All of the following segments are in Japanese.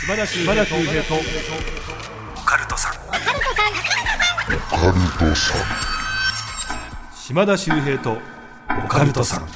島田秀平とオカルトさん。島田秀平とオカルトさん。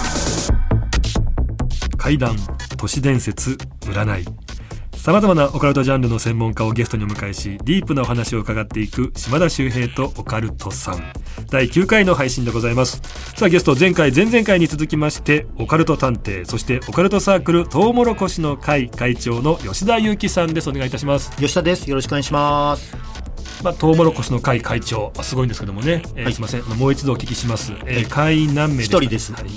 怪談、都市伝説、占い、さまざまなオカルトジャンルの専門家をゲストにお迎えし、ディープなお話を伺っていく島田秀平とオカルトさん、第9回の配信でございます。さあ、ゲスト前回前々回に続きまして、オカルト探偵、そしてオカルトサークルトウモロコシの会会長の吉田裕樹さんです。お願いいたします。 吉田です。よろしくお願いします。 トウモロコシの会会長、すごいんですけどもね、はい、すいません、もう一度お聞きします。会何名ですか？ 一人です。 はい、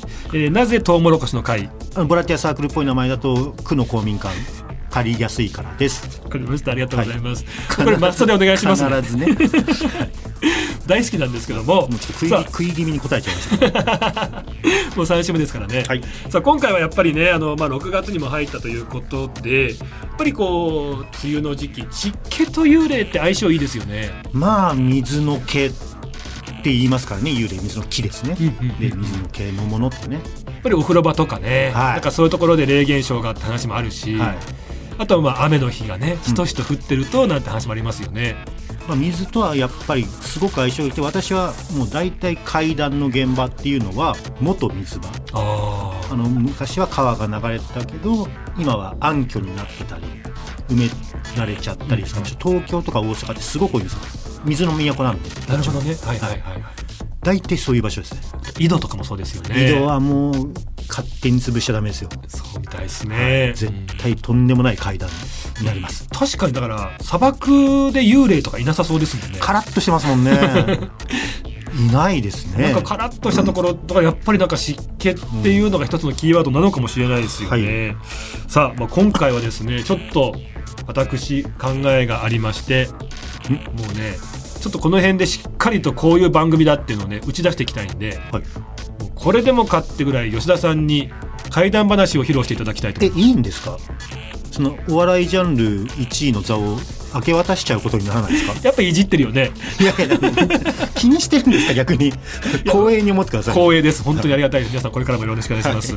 なぜトウモロコシの会？ ボランティアサークルっぽい名前だと区の公民館借りやすいからです。 わかりました、ありがとうございます。はい、これマストでお願いします、ね、 必ずね大好きなんですけども、 もうちょっと食い気味に答えちゃいましたもう3週目ですからね、はい、さあ今回はやっぱりね、6月にも入ったということで、やっぱりこう梅雨の時期、湿気と幽霊って相性いいですよね。 水の気って言いますからね。幽霊、水の気ですね、で水の気のものってね、やっぱりお風呂場とかね、はい、なんかそういうところで霊現象があって話もあるし、はい、あとは雨の日がねしとしと降ってるとなんて話もありますよね。 水とはやっぱりすごく相性がいいて、私はもう大体怪談の現場っていうのは元水場。昔は川が流れてたけど今は暗渠になってたり埋められちゃったりして、東京とか大阪ってすごく多いんですよ。水の都なんで。 なるほどね、はいはいはい、 大体そういう場所ですね。 井戸とかもそうですよね。 井戸はもう勝手に潰しちゃダメですよ。 そうみたいですね、 はい、絶対とんでもない怪談になります。 確かに、だから砂漠で幽霊とかいなさそうですもんね。 カラッとしてますもんねいないですね。 なんかカラッとしたところとか、やっぱりなんか湿気っていうのが一つのキーワードなのかもしれないですよね、はい、さあ、今回はですね、ちょっと私考えがありまして、もうねちょっとこの辺でしっかりとこういう番組だっていうのをね打ち出していきたいんで、はい、もうこれでもかってぐらい吉田さんに怪談話を披露していただきたいと思います。 いいんですか？そのお笑いジャンル1位の座を明け渡しちゃうことにならないですか？ やっぱいじってるよね。 いや気にしてるんですか？逆に光栄に思ってください。 光栄です、本当にありがたいです。皆さんこれからもよろしくお願いします、はい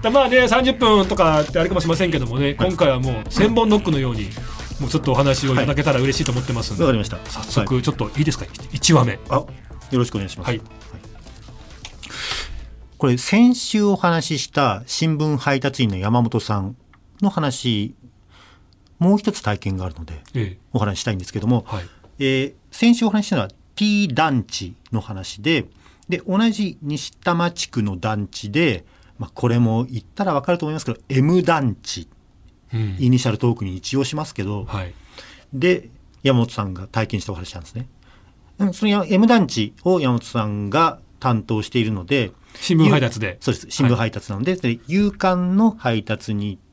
、30分とかってあれかもしれませんけどもね、今回はもう千本ノックのようにもうちょっとお話をいただけたら嬉しいと思ってますので、 わかりました。 早速ちょっといいですか、1話目。 よろしくお願いします、 はい、 これ先週お話しした新聞配達員の山本さんの話、もう一つ体験があるのでお話ししたいんですけども、はい、先週お話ししたのは T 団地の話で、同じ西多摩地区の団地で、これも言ったら分かると思いますけど M 団地、イニシャルトークに一応しますけど、はい、で山本さんが体験したお話なんですね。その M 団地を山本さんが担当しているので、 新聞配達で、 そうです、新聞配達なので、夕刊の配達に行って、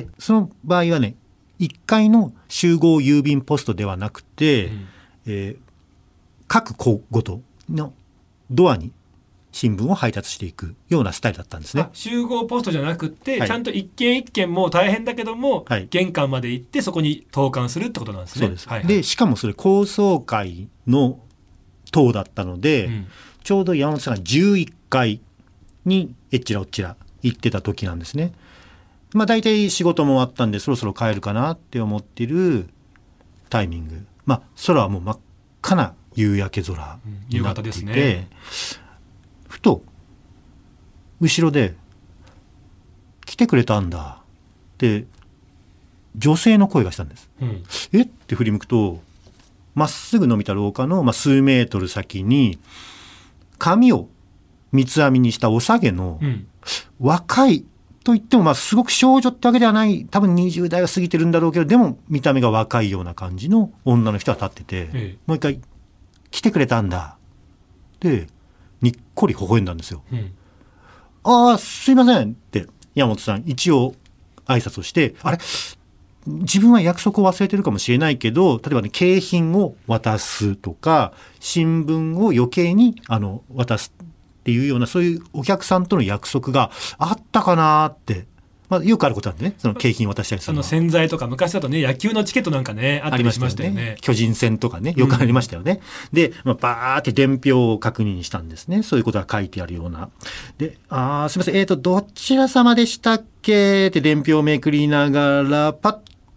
その場合はね、1階の集合郵便ポストではなくて、各戸ごとのドアに新聞を配達していくようなスタイルだったんですね。 集合ポストじゃなくて、はい、ちゃんと一軒一軒も大変だけども、はい、玄関まで行ってそこに投函するってことなんですね。 そうです、はいはい、でしかもそれ高層階の棟だったので、ちょうど山本さんが11階にえっちらおっちら行ってた時なんですね。大体仕事も終わったんでそろそろ帰るかなって思ってるタイミング、空はもう真っ赤な夕焼け空になっていて、夕方ですね。ふと後ろで来てくれたんだって女性の声がしたんです、えって振り向くと、まっすぐ伸びた廊下の、数メートル先に髪を三つ編みにしたおさげの、若いと言ってもすごく少女ってわけではない、多分20代は過ぎてるんだろうけど、でも見た目が若いような感じの女の人が立ってて、もう一回来てくれたんだでにっこり微笑んだんですよ、すいませんって山本さん一応挨拶をして、あれ自分は約束を忘れてるかもしれないけど、例えばね、景品を渡すとか新聞を余計に渡すっていうような、そういうお客さんとの約束があったかなって、よくあることなんでね、その景品渡したりするのは。 洗剤とか昔だとね、野球のチケットなんかねあったりしましたよね。 巨人戦とかね、よくありましたよね、で、バーって伝票を確認したんですね。そういうことが書いてあるようなで、すいません、どちら様でしたっけって伝票をめくりながらパッと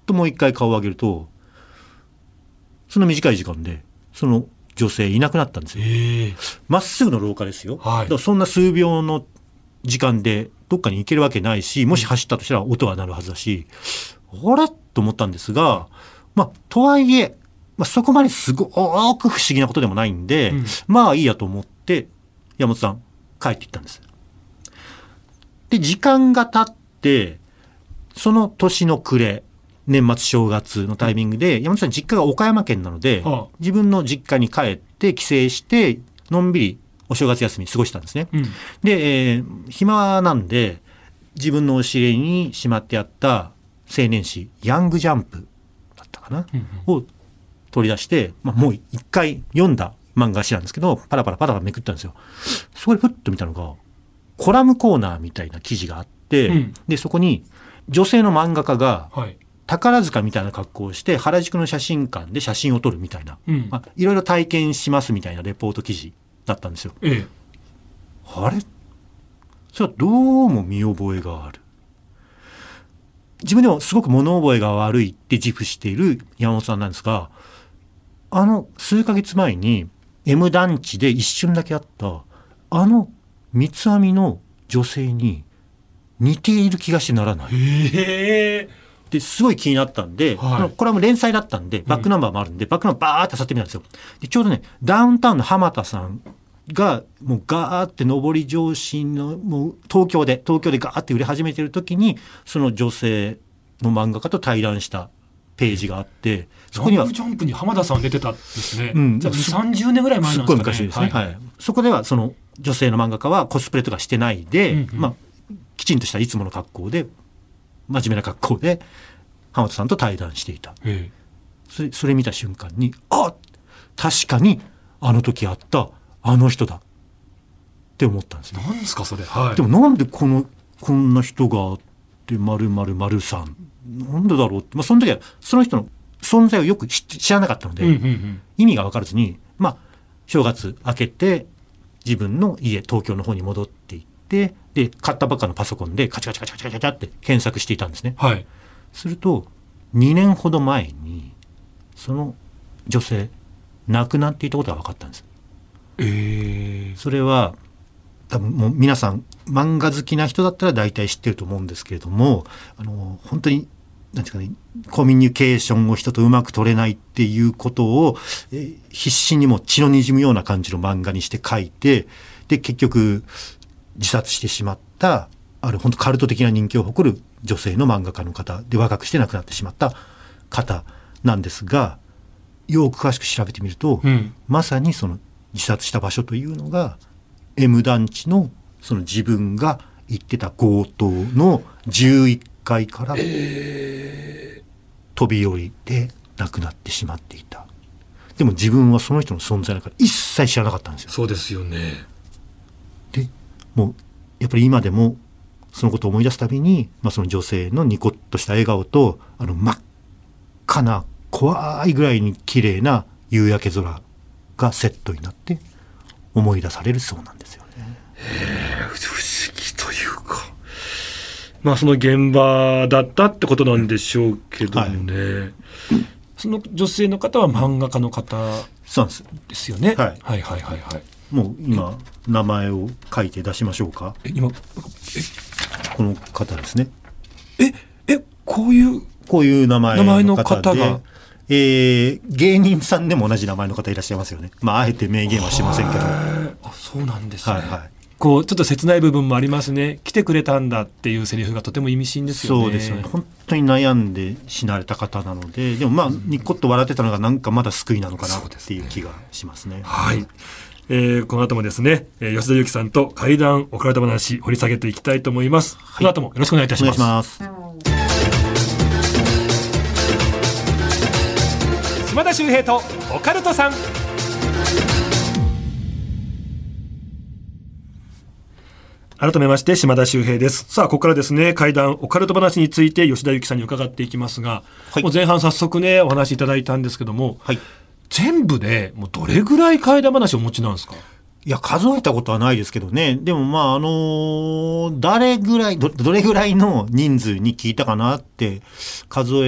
ともう一回顔を上げると、その短い時間でその女性いなくなったんですよ。まっすぐの廊下ですよ、だからそんな数秒の時間でどっかに行けるわけないし、もし走ったとしたら音は鳴るはずだし、あれと思ったんですが、とはいえ、そこまですごく不思議なことでもないんで、まあいいやと思って山本さん帰っていったんです。で時間が経って、その年の暮れ、年末正月のタイミングで、山本さん実家が岡山県なので、自分の実家に帰って帰省してのんびりお正月休み過ごしたんですね、で、暇なんで自分の押し入れにしまってあった青年誌ヤングジャンプだったかな、を取り出して、もう一回読んだ漫画誌なんですけど、パラパラめくったんですよ。そこでふっと見たのがコラムコーナーみたいな記事があって、でそこに女性の漫画家が、宝塚みたいな格好をして原宿の写真館で写真を撮るみたいな、いろいろ体験しますみたいなレポート記事だったんですよ。あれ、それはどうも見覚えがある。自分でもすごく物覚えが悪いって自負している山本さんなんですが、数ヶ月前に M 団地で一瞬だけ会った三つ編みの女性に似ている気がしてならない。ですごい気になったんで、これはもう連載だったんでバックナンバーもあるんで、バックナンバーバーって漁ってみたんですよ。でちょうどね、ダウンタウンの浜田さんがもうガーって上り調子の、もう東京でガーって売れ始めてる時に、その女性の漫画家と対談したページがあって、そこにはジャンプに浜田さん出てたんですね、じゃあ30年ぐらい前なんですかね。 すっごい昔ですね、そこではその女性の漫画家はコスプレとかしてないで、きちんとしたいつもの格好で、真面目な格好で浜田さんと対談していた、それ見た瞬間に、確かにあの時会ったあの人だって思ったんですよ。 何ですかそれ、 でもなんでこんな人がって〇さんなんでだろうって、その時はその人の存在をよく知らなかったので、意味が分からずに、正月明けて自分の家東京の方に戻っていって、で買ったばっかのパソコンでカチャって検索していたんですね、すると2年ほど前にその女性亡くなっていたことが分かったんです。それは多分もう皆さん漫画好きな人だったら大体知ってると思うんですけれども、本当になんていうかね、コミュニケーションを人とうまく取れないっていうことを、必死にも血の滲むような感じの漫画にして書いて、で結局自殺してしまったある本当カルト的な人気を誇る女性の漫画家の方で、若くして亡くなってしまった方なんですが、よく詳しく調べてみると、まさにその自殺した場所というのが M 団地のその自分が行ってた強盗の11階から飛び降りて亡くなってしまっていた。でも自分はその人の存在なんか一切知らなかったんですよ。 そうですよね。 でもうやっぱり今でもそのことを思い出すたびに、その女性のニコッとした笑顔と真っ赤な怖いぐらいに綺麗な夕焼け空がセットになって思い出されるそうなんですよね。 不思議というか、その現場だったってことなんでしょうけどもね、その女性の方は漫画家の方ですよね。もう今名前を書いて出しましょうか。この方ですね。こういう名前の方で、芸人さんでも同じ名前の方いらっしゃいますよね。あえて明言はしませんけど。 そうなんですね。ちょっと切ない部分もありますね。来てくれたんだっていうセリフがとても意味深ですよね。 そうですよね。本当に悩んで死なれた方なので、でもニッコッと笑ってたのがなんかまだ救いなのかなっていう気がしますね。 この後もですね、吉田裕樹さんと怪談オカルト話掘り下げていきたいと思います。この後もよろしくお願いいたします。島田秀平とオカルトさん。改めまして島田秀平です。さあここからですね、怪談オカルト話について吉田裕樹さんに伺っていきますが、もう前半早速ねお話いただいたんですけども、全部でもうどれぐらい怪談話をお持ちなんですか？ いや数えたことはないですけどね。でもどれぐらいの人数に聞いたかなって数え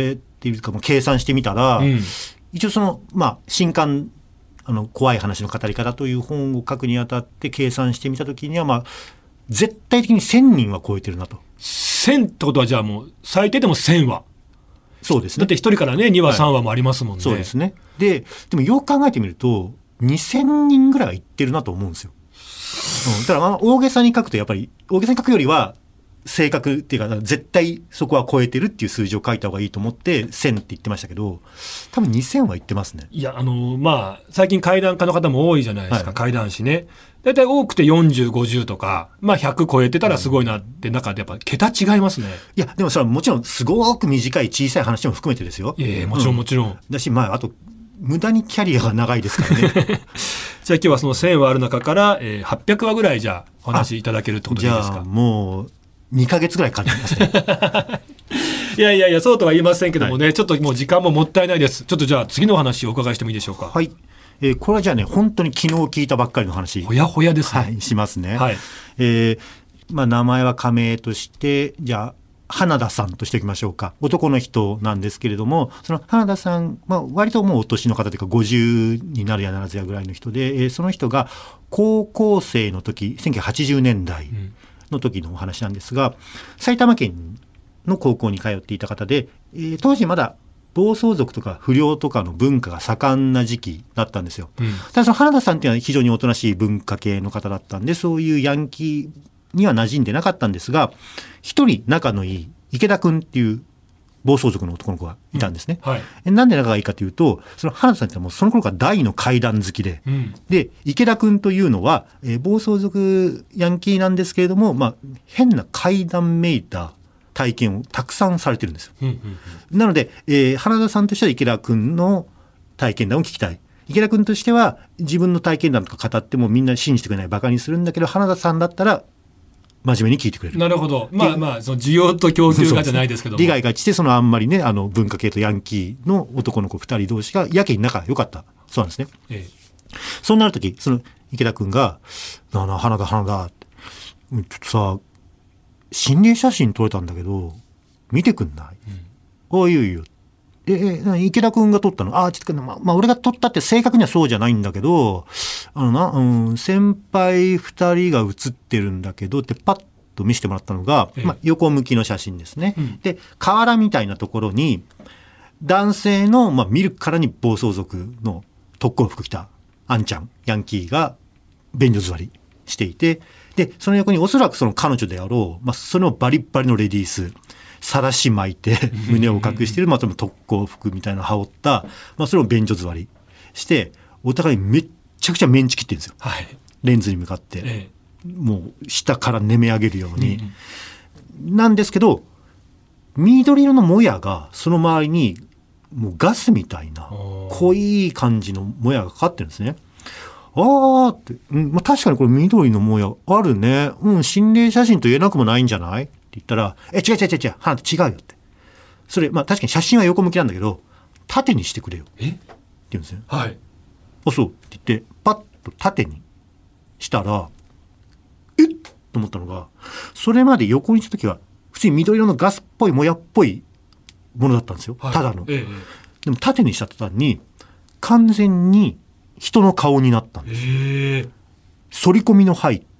っていうか、計算してみたら、一応その、新刊、怖い話の語り方という本を書くにあたって計算してみたときには、絶対的に1000人は超えてるなと。 1000ってことは、じゃあもう、最低でも1000話。 そうですね。 だって1人からね、2話、3話もありますもんね。 そうですね。でもよく考えてみると、2000人ぐらいはいってるなと思うんですよ。だから大げさに書くと、やっぱり、大げさに書くよりは、正確っていうか、絶対そこは超えてるっていう数字を書いた方がいいと思って1000って言ってましたけど、多分2000は言ってますね。 いや、最近怪談家の方も多いじゃないですか、怪談師ね。だいたい多くて40、50とか、100超えてたらすごいなって中でやっぱ桁違いますね。 いや、でもそれはもちろんすごく短い小さい話も含めてですよ。 もちろんもちろん。 だし、あと、無駄にキャリアが長いですからね。 じゃあ今日はその1000話ある中から、800話ぐらいじゃあお話いただけるってことでいいですか？ じゃあもう、2ヶ月ぐらいかかりますね。 いや、そうとは言いませんけどもね、ちょっともう時間ももったいないです。ちょっとじゃあ次のお話をお伺いしてもいいでしょうか。 はい。これはじゃあね、本当に昨日聞いたばっかりの話。 ほやほやですね。 はい、しますね。 はい。 名前は仮名として、じゃあ、花田さんとしておきましょうか。男の人なんですけれども、その花田さん、割ともうお年の方というか50になるやならずやぐらいの人で、その人が高校生の時、1980年代の時のお話なんですが、埼玉県の高校に通っていた方で、当時まだ暴走族とか不良とかの文化が盛んな時期だったんですよ。ただその花田さんっていうのは非常におとなしい文化系の方だったんで、そういうヤンキーには馴染んでなかったんですが、一人仲のいい池田君っていう暴走族の男の子がいたんですね。なんで仲がいいかというと、その花田さんってのはもうその頃から大の怪談好きで、で池田君というのは、暴走族ヤンキーなんですけれども、変な怪談めいた体験をたくさんされてるんですよ。なので、花田さんとしては池田君の体験談を聞きたい。池田君としては自分の体験談とか語ってもみんな信じてくれない、バカにするんだけど、花田さんだったら真面目に聞いてくれる。なるほど。その需要と供給がじゃないですけども。 利害が一致して、あんまりね、文化系とヤンキーの男の子2人同士がやけに仲良かった。そうなんですね。そうなるとき、その池田君が、なあなあ、花田、ちょっとさ、心霊写真撮れたんだけど、見てくんない？ああ、いいよいいよ。池田君が撮ったの？ちょっと俺が撮ったって正確にはそうじゃないんだけど、先輩2人が写ってるんだけどってパッと見せてもらったのが、横向きの写真ですね。で、河原みたいなところに、男性の、見るからに暴走族の特攻服着たあんちゃん、ヤンキーが便所座りしていて、で、その横におそらくその彼女であろう、そのバリッバリのレディース、さらし巻いて胸を隠している、特攻服みたいなの羽織った、それを便所座りして、お互いめっちゃくちゃメンチ切ってるんですよ。レンズに向かって、もう下から寝め上げるように。なんですけど、緑色のもやがその周りにもうガスみたいな濃い感じのもやがかかってるんですね。って、確かにこれ緑のもやあるね。心霊写真と言えなくもないんじゃない？って言ったら、違う、花田違うよって。それ、確かに写真は横向きなんだけど、縦にしてくれよ。って言うんですね。そうって言って、パッと縦にしたら、と思ったのが、それまで横にした時は、普通に緑色のガスっぽい、もやっぽいものだったんですよ。ただの。でも縦にした途端に、完全に人の顔になったんです。反り込みの入った、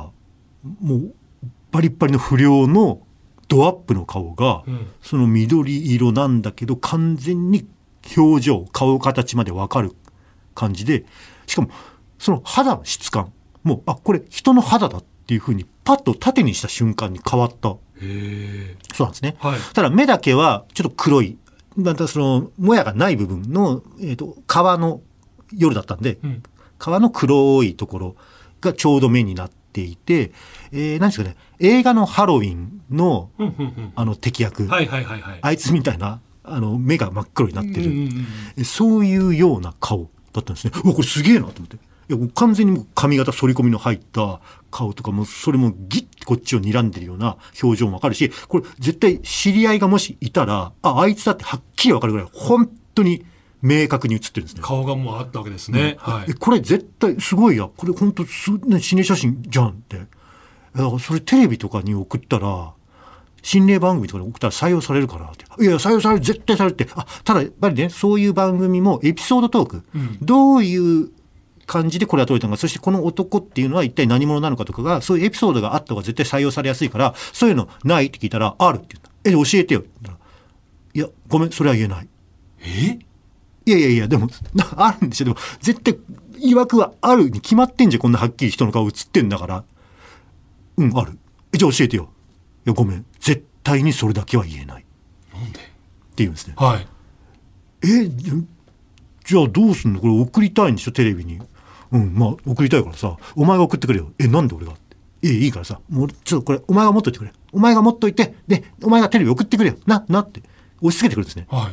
もう、バリッバリの不良のドアップの顔が、その緑色なんだけど完全に表情、顔形まで分かる感じで、しかもその肌の質感もうこれ人の肌だっていう風にパッと縦にした瞬間に変わった。そうなんですね。ただ目だけはちょっと黒い、またそのもやがない部分の、川の夜だったんで、川の黒いところがちょうど目になっていて、何ですかね、映画のハロウィンの敵役、あいつみたいな目が真っ黒になってる、そういうような顔だったんですね。これすげえなと思って、もう完全に髪型反り込みの入った顔とかも、それもギッてこっちを睨んでるような表情もわかるし、これ絶対知り合いがもしいたら、あいつだってはっきりわかるぐらい本当に明確に映ってるんですね。 顔がもうあったわけですね。 これ絶対すごいや、これ本当心霊写真じゃんって。だからそれテレビとかに送ったら心霊番組とかで送ったら採用されるからって。いや採用される、絶対されるって。ただやっぱりね、そういう番組もエピソードトーク、どういう感じでこれは撮れたのか、そしてこの男っていうのは一体何者なのかとかが、そういうエピソードがあった方が絶対採用されやすいから、そういうのないって聞いたら、あるって言った。教えてよって言ったら、いやごめんそれは言えない。いやでもあるんでしょ。でも絶対曰くはあるに決まってんじゃん。こんなはっきり人の顔映ってんだから。ある。じゃあ教えてよ。いやごめん絶対にそれだけは言えない。 なんでって言うんですね。 はい。 じゃあどうすんの、これ送りたいんでしょテレビに。まあ送りたいからさ、お前が送ってくれよ。なんで俺がって。いいからさ、もうちょっとこれお前が持っといてくれ。お前が持っといて、でお前がテレビ送ってくれよなって押し付けてくるんですね。 はい。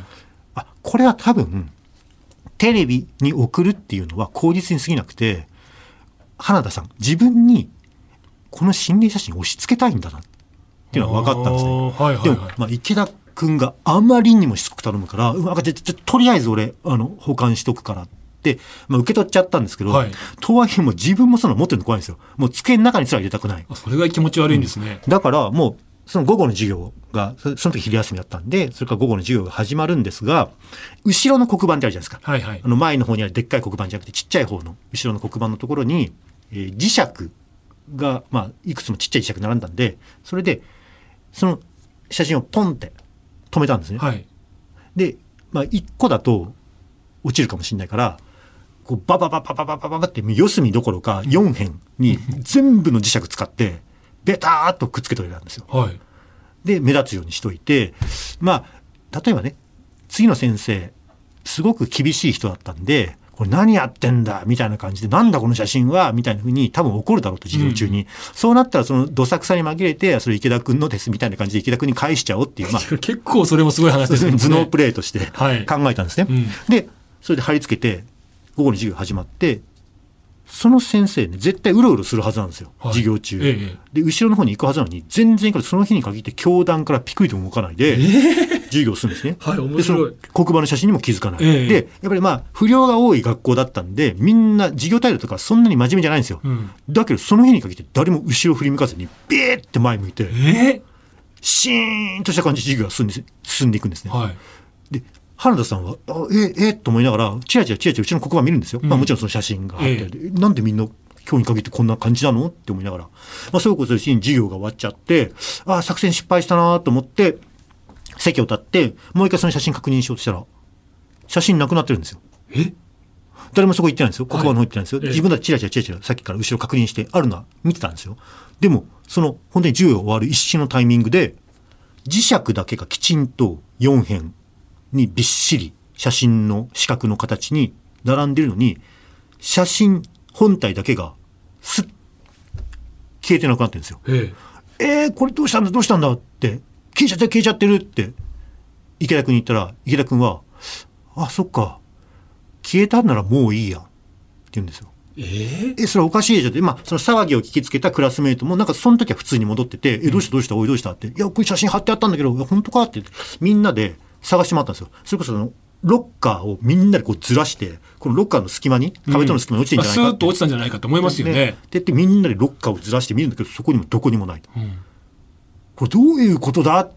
これは多分テレビに送るっていうのは口実に過ぎなくて、花田さん自分にこの心霊写真を押し付けたいんだなっていうのは分かったんですね。でも、池田君があまりにもしつこく頼むから、とりあえず俺保管しとくからって、受け取っちゃったんですけど、とはいえもう自分もその持ってるの怖いんですよ。もう机の中にすら入れたくない。 それが気持ち悪いんですね。 だからもうその午後の授業がその時昼休みだったんで、それから午後の授業が始まるんですが、後ろの黒板ってあるじゃないですか。前の方にあるでっかい黒板じゃなくてちっちゃい方の後ろの黒板のところに、磁石が、いくつもちっちゃい磁石並んだんで、それでその写真をポンって止めたんですね。で、1個だと落ちるかもしれないから、こうババババババババって四隅どころか4辺に全部の磁石使ってベターっとくっつけといたんですよ。で目立つようにしといて、例えばね、次の先生すごく厳しい人だったんで、これ何やってんだみたいな感じで、なんだこの写真はみたいな風に多分怒るだろうと、授業中に。そうなったらそのどさくさに紛れて、それ池田君のですみたいな感じで池田君に返しちゃおうっていう、 結構それもすごい話ですね。 頭脳プレーとして考えたんですね。でそれで貼り付けて午後の授業始まって、その先生ね絶対うろうろするはずなんですよ、授業中、で後ろの方に行くはずなのに全然その日に限って教壇からピクリとも動かないで、授業するんですね。でその黒板の写真にも気づかない、でやっぱり不良が多い学校だったんで、みんな授業態度とかそんなに真面目じゃないんですよ、だけどその日に限って誰も後ろ振り向かずにビーって前向いて、シーンとした感じで授業が進んでいくんですね。で原田さんはと思いながらチラチラうちの黒板見るんですよ。もちろんその写真があって、なんでみんな今日に限ってこんな感じなのって思いながら、そういうことで授業が終わっちゃって、作戦失敗したなと思って席を立ってもう一回その写真確認しようとしたら写真なくなってるんですよ。誰もそこ行ってないんですよ。黒板の方行ってないんですよ。自分だってチラチラさっきから後ろ確認してあるのは見てたんですよ。でもその本当に授業が終わる一瞬のタイミングで磁石だけがきちんと4辺にびっしり写真の四角の形に並んでるのに、写真本体だけがスッ消えてなくなってるんですよ。これどうしたんだって消えちゃってるって池田君に言ったら、池田君はそっか消えたんならもういいやって言うんですよ。それはおかしいでしょって、その騒ぎを聞きつけたクラスメートもその時は普通に戻ってて、どうしたおいどうしたって、これ写真貼ってあったんだけど本当かってみんなで探してもらったんですよ。それこそロッカーをみんなでこうずらして、このロッカーの隙間に壁との隙間に落ちてんじゃないかって、 スーッと落ちたんじゃないかと思いますよね。 って言ってみんなでロッカーをずらして見るんだけど、そこにもどこにもないと、これどういうことだって、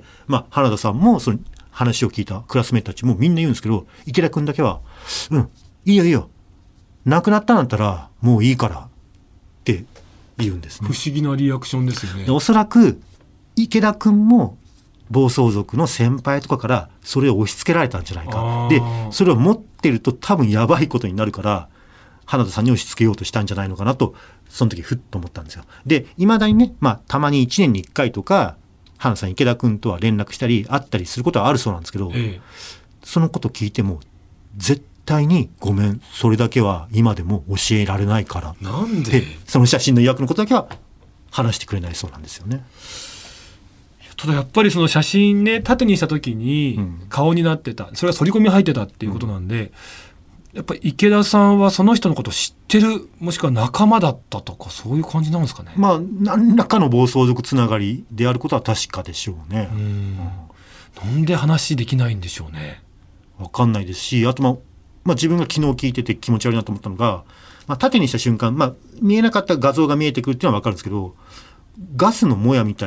原田さんもその話を聞いたクラスメートたちもみんな言うんですけど、池田君だけはいいよなくなったんだったらもういいからって言うんですね。 不思議なリアクションですよね。 おそらく池田君も暴走族の先輩とかからそれを押し付けられたんじゃないか。でそれを持ってると多分やばいことになるから花田さんに押し付けようとしたんじゃないのかなと、その時ふっと思ったんですよ。でいまだにね、たまに1年に1回とか花田さん池田君とは連絡したり会ったりすることはあるそうなんですけど、そのこと聞いても絶対にごめんそれだけは今でも教えられないから、 なんでその写真の予約のことだけは話してくれないそうなんですよね。 ただやっぱりその写真ね、縦にした時に顔になってた、それが反り込み入ってたっていうことなんで、やっぱり池田さんはその人のことを知ってる、もしくは仲間だったとかそういう感じなんですかね。 何らかの暴走族つながりであることは確かでしょうね。 なんで話できないんでしょうね。 分かんないですし、あと自分が昨日聞いてて気持ち悪いなと思ったのが、縦にした瞬間、見えなかった画像が見えてくるっていうのは分かるんですけど、ガスのもやみたいな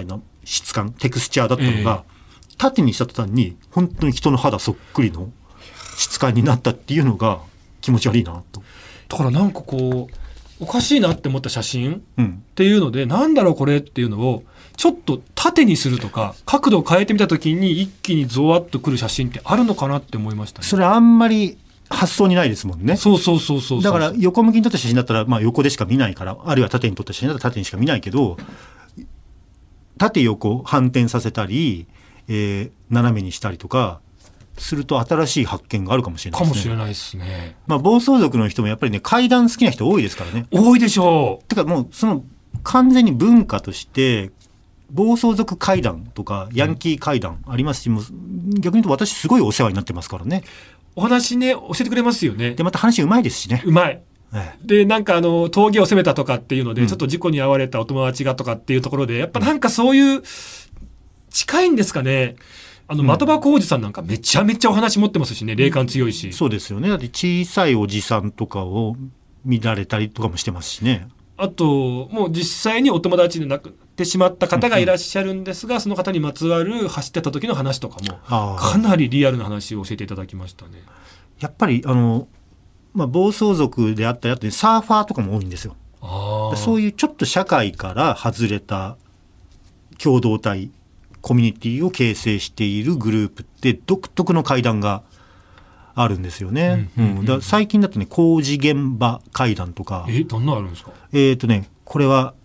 質感テクスチャーだったのが、縦にした途端に本当に人の肌そっくりの質感になったっていうのが気持ち悪いなと。 だからなんかこうおかしいなって思った写真っていうので、なんだろうこれっていうのをちょっと縦にするとか角度を変えてみた時に一気にゾワッとくる写真ってあるのかなって思いましたね。 それあんまり発想にないですもんね。 そうだから横向きに撮った写真だったら、横でしか見ないから、あるいは縦に撮った写真だったら縦にしか見ないけど、縦横反転させたり、斜めにしたりとかすると新しい発見があるかもしれないですね。 かもしれないですね。 暴走族の人もやっぱりね、階段好きな人多いですからね。 多いでしょう。 てかもうその完全に文化として暴走族階段とかヤンキー階段ありますし、もう逆に言うと私すごいお世話になってますからね。 お話ね教えてくれますよね。 でまた話うまいですしね。 うまい。でなんか峠を攻めたとかっていうので、ちょっと事故に遭われたお友達がとかっていうところでやっぱなんかそういう近いん的場浩二さんなんかめちゃめちゃお話持ってますしね、霊感強いし。 そうですよね。だって小さいおじさんとかを見られたりとかもしてますしね。 あともう実際にお友達で亡くなってしまった方がいらっしゃるんですが、その方にまつわる走ってた時の話とかもかなりリアルな話を教えていただきましたね。 やっぱり暴走族であったり、あとサーファーとかも多いんですよ。そういうちょっと社会から外れた共同体コミュニティを形成しているグループって独特の階段があるんですよね。だから最近だとね、工事現場階段とか。 どんなあるんですか？ これは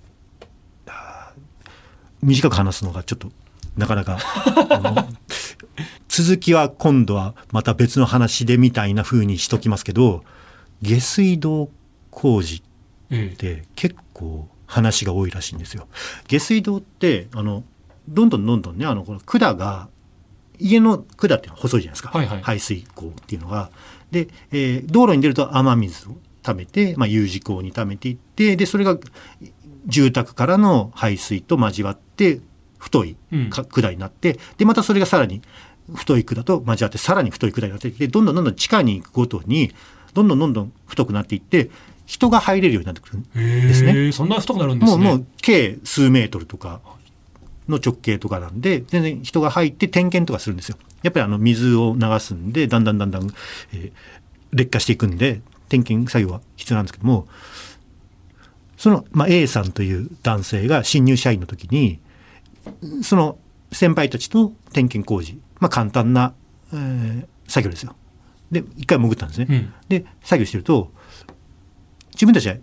短く話すのがちょっとなかなか続きは今度はまた別の話でみたいな風にしときますけど、下水道工事って結構話が多いらしいんですよ。下水道ってどんどんね、この管が家の管っていうのは細いじゃないですか、排水溝っていうのが。で、道路に出ると雨水を溜めて、U 字溝に溜めていって、でそれが住宅からの排水と交わって太い管になって、でまたそれがさらに太い管と交わってさらに太い管になっていって、どんどん地下に行くごとにどんどん太くなっていって、人が入れるようになってくるんですね。 そんな太くなるんですね。 もう計数メートルとかの直径とかなんで、全然人が入って点検とかするんですよ。やっぱり水を流すんでだんだん、劣化していくんで点検作業は必要なんですけども、その、A さんという男性が新入社員の時にその先輩たちと点検工事、簡単な、作業ですよ。で一回潜ったんですね。で作業してると自分たちは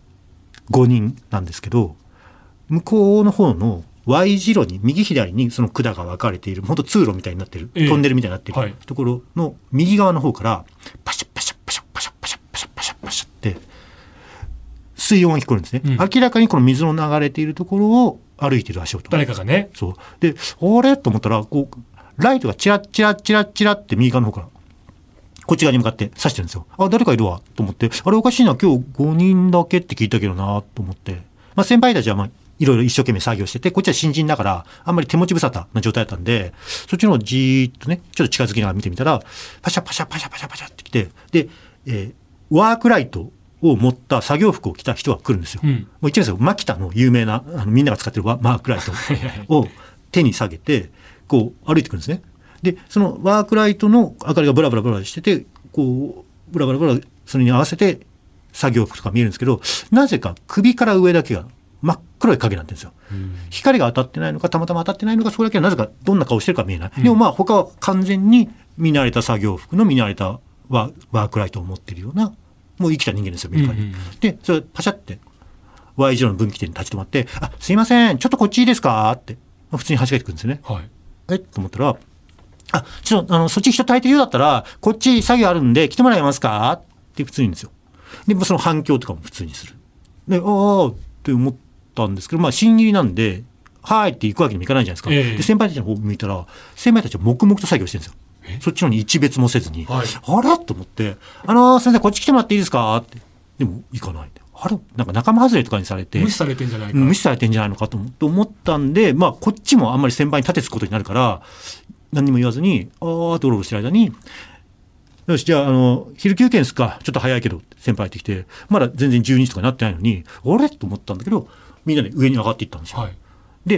5人なんですけど、向こうの方の Y 字路に右左にその管が分かれている、本当通路みたいになってる、トンネルみたいになってるところの右側の方からパシャパシャパシャパシャパシャパシャパシャパシャって水音が聞こえるんですね。明らかにこの水の流れているところを歩いている足音。 誰かがね。 そうで、あれと思ったらライトがチラッチラッチラッチラって右側の方からこっち側に向かって指してるんですよ。誰かいるわと思って、あれおかしいな、今日5人だけって聞いたけどなと思って、先輩たちはいろいろ一生懸命作業してて、こっちは新人だからあんまり手持ち無沙汰な状態だったんで、そっちの方じーっとねちょっと近づきながら見てみたら、パシャパシャパシャパシャパシャってきて、で、ワークライトを持った作業服を着た人が来るんですよ。もう言っちゃうんですよ。マキタの有名なみんなが使ってるワークライトを手に下げて歩いてくるんですね。でそのワークライトの明かりがブラブラブラしてて、ブラブラブラそれに合わせて作業服とか見えるんですけど、なぜか首から上だけが真っ黒い影になってるんですよ。光が当たってないのかたまたま当たってないのか、それだけはなぜかどんな顔してるか見えない。でも他は完全に見慣れた作業服の見慣れたワークライトを持ってるようなもう生きた人間ですよ、見る限り。でそれパシャって Y 字路の分岐点に立ち止まって、すいませんちょっとこっちいいですかって普通にはしかけてくるんですよね。と思ったら、ちょっとそっち人足りてるようだったらこっち作業あるんで来てもらえますかって普通に言うんですよ。でその反響とかも普通にする。でって思ったんですけど、新入りなんではいって行くわけにもいかないじゃないですか。で先輩たちの方を向いたら先輩たちは黙々と作業してるんですよ。そっちのに一別もせずに、あれと思って、先生こっち来てもらっていいですかって。でも行かない。なんか仲間外れとかにされて無視されてんじゃないか、 無視されてんじゃないのかと思ったんで、こっちもあんまり先輩に立てつくことになるから何にも言わずにとうろうろしてる間に、よしじゃあ昼休憩ですか、ちょっと早いけど先輩入ってきて、まだ全然12時とかになってないのに、あれと思ったんだけどみんなで上に上がっていったんですよ。で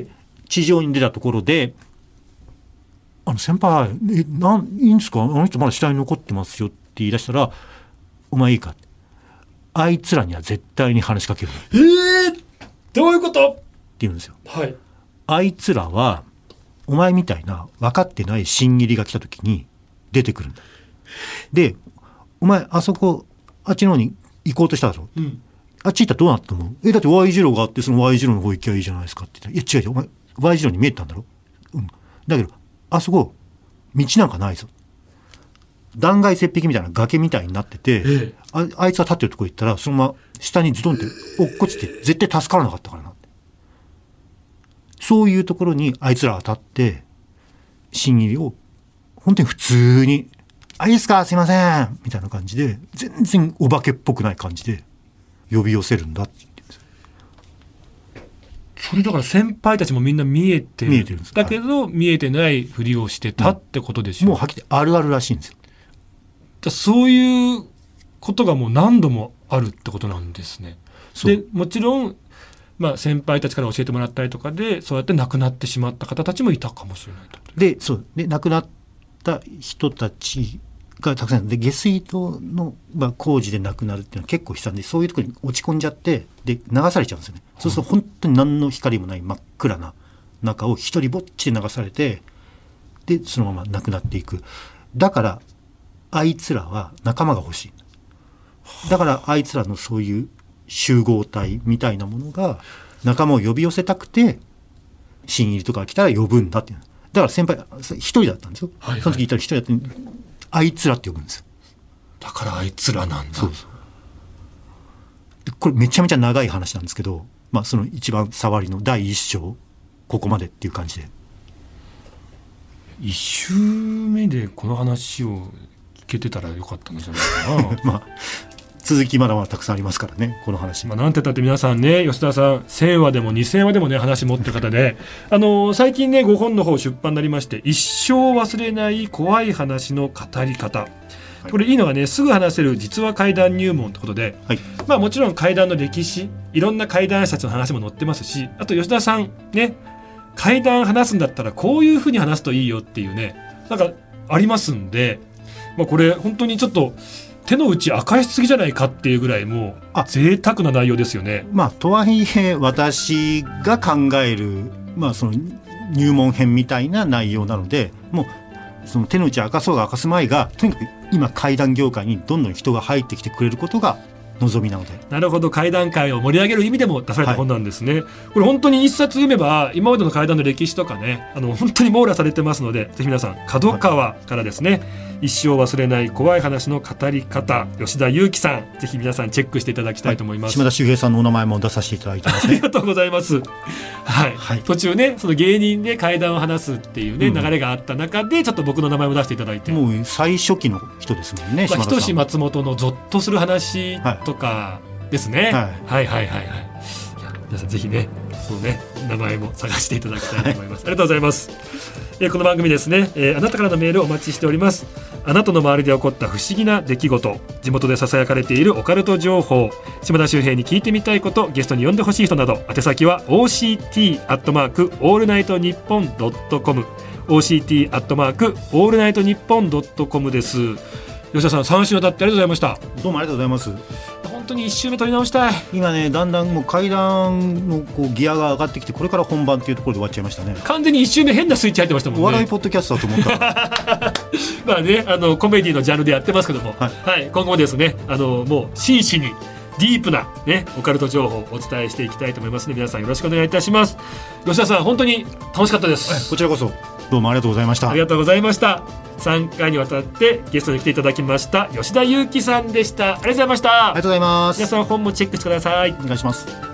地上に出たところで、先輩いいんですか、あの人まだ死体に残ってますよって言い出したら、お前いいか、あいつらには絶対に話しかける。 どういうことって言うんですよ。 はい。 あいつらはお前みたいな分かってない新入りが来た時に出てくるんだ。で、お前あそこあっちの方に行こうとしただろ、あっち行ったらどうなったと思う？だって Y 字路があって、その Y 字路の方行きゃいいじゃないですかって言ったら、いや違うよ、お前 Y 字路に見えたんだろ、だけどあそこ道なんかないぞ、断崖絶壁みたいな崖みたいになってて、あいつが立ってるとこ行ったらそのまま下にズドンって落っこちて絶対助からなかったからなって。そういうところにあいつらが立って新入りを本当に普通に「いいですか、すいません」みたいな感じで、全然お化けっぽくない感じで呼び寄せるんだって言うんですよ。 それだから先輩たちもみんな見えてるんです。 だけど、見えてないふりをしてたってことでしょ。 もうはっきりあるあるらしいんですよ。 そういうことがもう何度もあるってことなんですね。でもちろん、先輩たちから教えてもらったりとかでそうやって亡くなってしまった方たちもいたかもしれないと。 で亡くなった人たちがたくさんで、下水道の、工事で亡くなるっていうのは結構悲惨で、そういうところに落ち込んじゃってで流されちゃうんですよね。そうすると本当に何の光もない真っ暗な中を一人ぼっちで流されて、でそのまま亡くなっていく。だからあいつらは仲間が欲しい。だからあいつらのそういう集合体みたいなものが仲間を呼び寄せたくて、新入りとか来たら呼ぶんだっていう。だから先輩一人だったんですよ、その時いたら一人だってあいつらって呼ぶんですよ。 だからあいつらなんだ。 そうでこれめちゃめちゃ長い話なんですけど、その一番触りの第一章ここまでっていう感じで、 1週目でこの話を聞けてたらよかったんじゃないかな続きまだまだたくさんありますからね、この話。 なんて言ったって皆さんね、吉田さん1000話でも2000話でもね話持ってる方で最近ね5本の方出版になりまして、一生忘れない怖い話の語り方、これいいのがね、すぐ話せる実話怪談入門ってことで、もちろん怪談の歴史、いろんな怪談師たちの話も載ってますし、あと吉田さんね、怪談話すんだったらこういう風に話すといいよっていうね、なんかありますんで、これ本当にちょっと手の内明かしすぎじゃないかっていうぐらいもう贅沢な内容ですよね。 とはいえ私が考える、その入門編みたいな内容なので、もうその手の内明かそうが明かすまいが、とにかく今怪談業界にどんどん人が入ってきてくれることが望みなので。 なるほど、怪談界を盛り上げる意味でも出された本なんですね、これ本当に一冊読めば今までの怪談の歴史とかね、本当に網羅されてますので、ぜひ皆さん角川からですね、一生忘れない怖い話の語り方、吉田裕樹さん、ぜひ皆さんチェックしていただきたいと思います。 島田秀平さんのお名前も出させていただいてますね。 ありがとうございます、途中ね、その芸人で怪談を話すっていうね、流れがあった中でちょっと僕の名前も出していただいて、 もう最初期の人ですもんね。 ひとし松本のゾッとする話とかですね、皆さんぜひね、そのね名前も探していただきたいと思います、ありがとうございます。この番組ですね、あなたからのメールをお待ちしております。あなたの周りで起こった不思議な出来事、地元でささやかれているオカルト情報、島田秀平に聞いてみたいこと、ゲストに呼んでほしい人など、宛先は OCT@allnightnippon.com OCT@allnightnippon.com です。吉田さん、3週にわたってありがとうございました。 どうもありがとうございます。 本当に1週目取り直したい。 今ね、だんだんもう階段のギアが上がってきて、これから本番っていうところで終わっちゃいましたね。 完全に1週目変なスイッチ入ってましたもんね。 お笑いポッドキャストだと思ったまあね、コメディのジャンルでやってますけども、今後もですね、もう真摯にディープな、ね、オカルト情報をお伝えしていきたいと思いますので、皆さんよろしくお願いいたします。吉田さん、本当に楽しかったです。 こちらこそどうもありがとうございました。 ありがとうございました。3回にわたってゲストに来ていただきました吉田裕樹さんでした。ありがとうございました。 ありがとうございます。 皆さん本もチェックしてください。 お願いします。